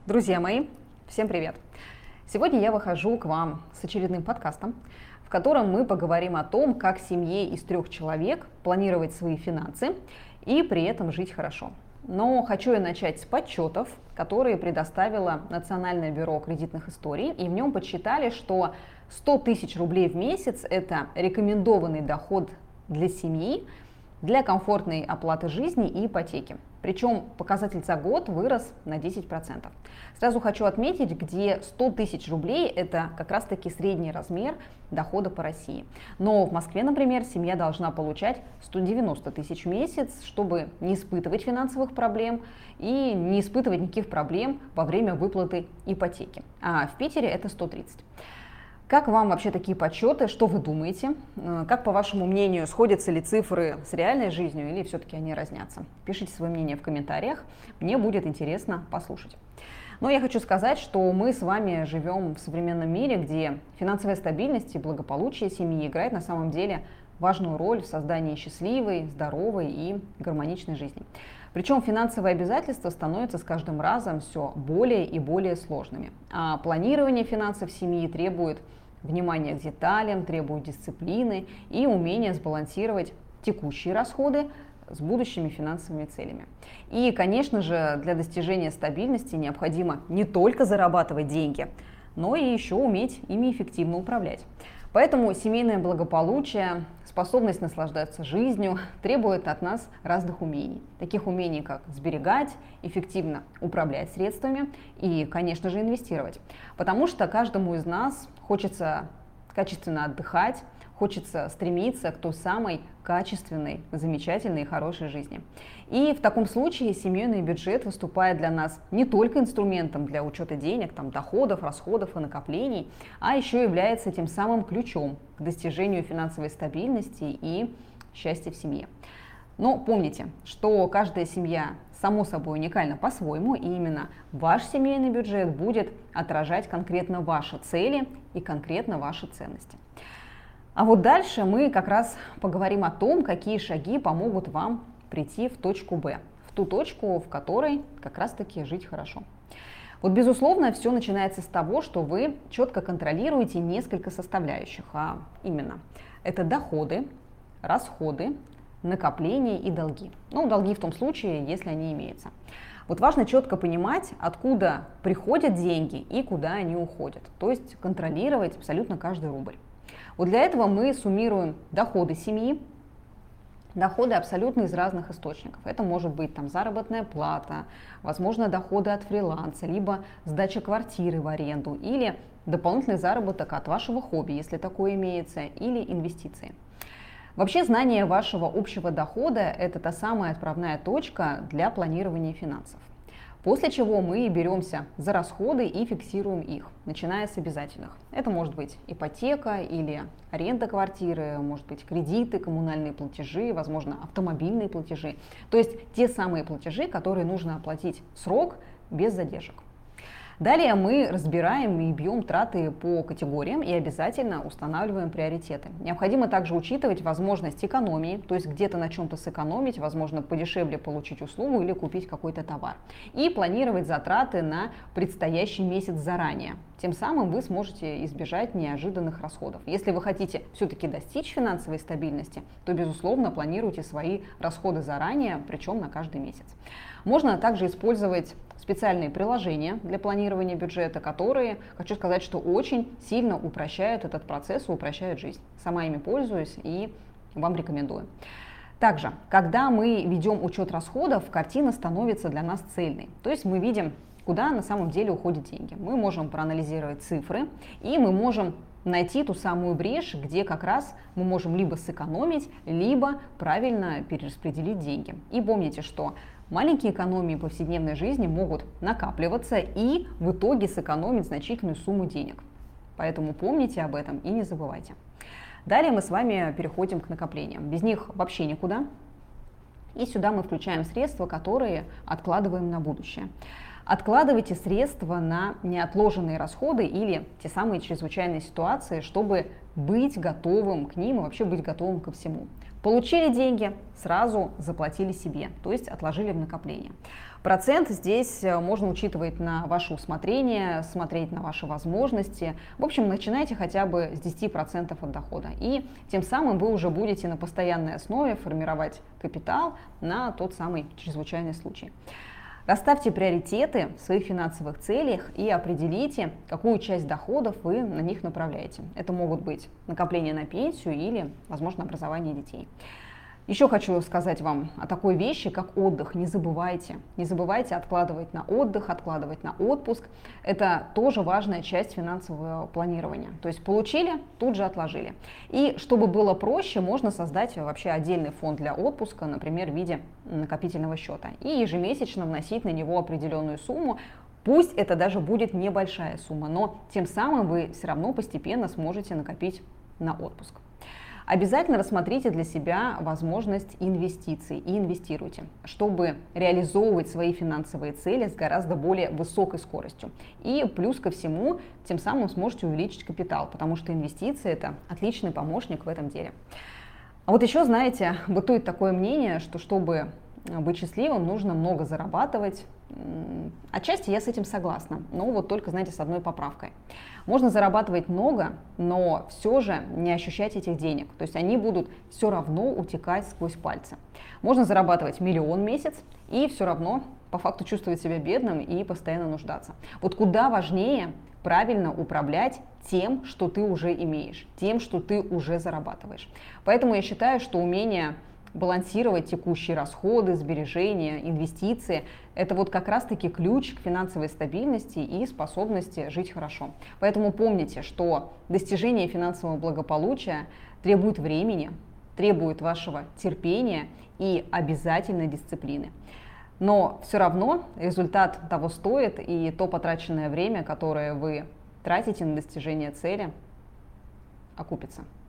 Друзья мои, всем привет! Сегодня я выхожу к вам с очередным подкастом, в котором мы поговорим о том, как семье из 3 человек планировать свои финансы и при этом жить хорошо. Но хочу я начать с подсчетов, которые предоставило Национальное бюро кредитных историй, и в нем подсчитали, что 100 тысяч рублей в месяц – это рекомендованный доход для семьи для комфортной оплаты жизни и ипотеки. Причем показатель за год вырос на 10%. Сразу хочу отметить, где 100 тысяч рублей – это как раз-таки средний размер дохода по России. Но в Москве, например, семья должна получать 190 тысяч в месяц, чтобы не испытывать финансовых проблем и не испытывать никаких проблем во время выплаты ипотеки. А в Питере это 130. Как вам вообще такие подсчеты? Что вы думаете? Как, по вашему мнению, сходятся ли цифры с реальной жизнью или все-таки они разнятся? Пишите свое мнение в комментариях, мне будет интересно послушать. Но я хочу сказать, что мы с вами живем в современном мире, где финансовая стабильность и благополучие семьи играет на самом деле важную роль в создании счастливой, здоровой и гармоничной жизни. Причем финансовые обязательства становятся с каждым разом все более и более сложными. А планирование финансов семьи требует внимания к деталям, требует дисциплины и умения сбалансировать текущие расходы с будущими финансовыми целями. И, конечно же, для достижения стабильности необходимо не только зарабатывать деньги, но и еще уметь ими эффективно управлять. Поэтому семейное благополучие, способность наслаждаться жизнью требует от нас разных умений. Таких умений, как сберегать, эффективно управлять средствами и, конечно же, инвестировать. Потому что каждому из нас хочется качественно отдыхать, хочется стремиться к той самой качественной, замечательной и хорошей жизни. И в таком случае семейный бюджет выступает для нас не только инструментом для учета денег, доходов, расходов и накоплений, а еще является тем самым ключом к достижению финансовой стабильности и счастья в семье. Но помните, что каждая семья само собой уникальна по-своему, и именно ваш семейный бюджет будет отражать конкретно ваши цели и конкретно ваши ценности. А вот дальше мы как раз поговорим о том, какие шаги помогут вам прийти в точку Б, в ту точку, в которой как раз-таки жить хорошо. Вот, безусловно, все начинается с того, что вы четко контролируете несколько составляющих, а именно это доходы, расходы, накопления и долги. Долги в том случае, если они имеются. Вот важно четко понимать, откуда приходят деньги и куда они уходят, то есть контролировать абсолютно каждый рубль. Вот для этого мы суммируем доходы семьи, доходы абсолютно из разных источников. Это может быть заработная плата, возможно, доходы от фриланса, либо сдача квартиры в аренду, или дополнительный заработок от вашего хобби, если такое имеется, или инвестиции. Вообще, знание вашего общего дохода – это та самая отправная точка для планирования финансов. После чего мы беремся за расходы и фиксируем их, начиная с обязательных. Это может быть ипотека или аренда квартиры, может быть кредиты, коммунальные платежи, возможно, автомобильные платежи. То есть те самые платежи, которые нужно оплатить в срок без задержек. Далее мы разбираем и бьем траты по категориям и обязательно устанавливаем приоритеты. Необходимо также учитывать возможность экономии, то есть где-то на чем-то сэкономить, возможно, подешевле получить услугу или купить какой-то товар. И планировать затраты на предстоящий месяц заранее. Тем самым вы сможете избежать неожиданных расходов. Если вы хотите все-таки достичь финансовой стабильности, то, безусловно, планируйте свои расходы заранее, причем на каждый месяц. Можно также использовать специальные приложения для планирования бюджета, которые, хочу сказать, что очень сильно упрощают этот процесс и упрощают жизнь. Сама ими пользуюсь и вам рекомендую. Также, когда мы ведем учет расходов, картина становится для нас цельной. То есть мы видим, куда на самом деле уходят деньги. Мы можем проанализировать цифры, и мы можем найти ту самую брешь, где как раз мы можем либо сэкономить, либо правильно перераспределить деньги. И помните, что маленькие экономии в повседневной жизни могут накапливаться и в итоге сэкономить значительную сумму денег. Поэтому помните об этом и не забывайте. Далее мы с вами переходим к накоплениям. Без них вообще никуда. И сюда мы включаем средства, которые откладываем на будущее. Откладывайте средства на неотложенные расходы или те самые чрезвычайные ситуации, чтобы быть готовым к ним и вообще быть готовым ко всему. Получили деньги, сразу заплатили себе, то есть отложили в накопление. Процент здесь можно учитывать на ваше усмотрение, смотреть на ваши возможности. В общем, начинайте хотя бы с 10% от дохода. И тем самым вы уже будете на постоянной основе формировать капитал на тот самый чрезвычайный случай. Расставьте приоритеты в своих финансовых целях и определите, какую часть доходов вы на них направляете. Это могут быть накопления на пенсию или, возможно, образование детей. Еще хочу сказать вам о такой вещи, как отдых. Не забывайте откладывать на отдых, откладывать на отпуск. Это тоже важная часть финансового планирования. То есть получили, тут же отложили. И чтобы было проще, можно создать вообще отдельный фонд для отпуска, например, в виде накопительного счета. И ежемесячно вносить на него определенную сумму. Пусть это даже будет небольшая сумма, но тем самым вы все равно постепенно сможете накопить на отпуск. Обязательно рассмотрите для себя возможность инвестиций и инвестируйте, чтобы реализовывать свои финансовые цели с гораздо более высокой скоростью. И плюс ко всему, тем самым сможете увеличить капитал, потому что инвестиции – это отличный помощник в этом деле. А вот еще, знаете, бытует такое мнение, что чтобы быть счастливым, нужно много зарабатывать. Отчасти я с этим согласна, но вот только, знаете, с одной поправкой. Можно зарабатывать много, но все же не ощущать этих денег. То есть они будут все равно утекать сквозь пальцы. Можно зарабатывать 1 000 000 в месяц и все равно по факту чувствовать себя бедным и постоянно нуждаться. Вот куда важнее правильно управлять тем, что ты уже имеешь, тем, что ты уже зарабатываешь. Поэтому я считаю, что умение балансировать текущие расходы, сбережения, инвестиции – это вот как раз-таки ключ к финансовой стабильности и способности жить хорошо. Поэтому помните, что достижение финансового благополучия требует времени, требует вашего терпения и обязательной дисциплины. Но все равно результат того стоит, и то потраченное время, которое вы тратите на достижение цели, окупится.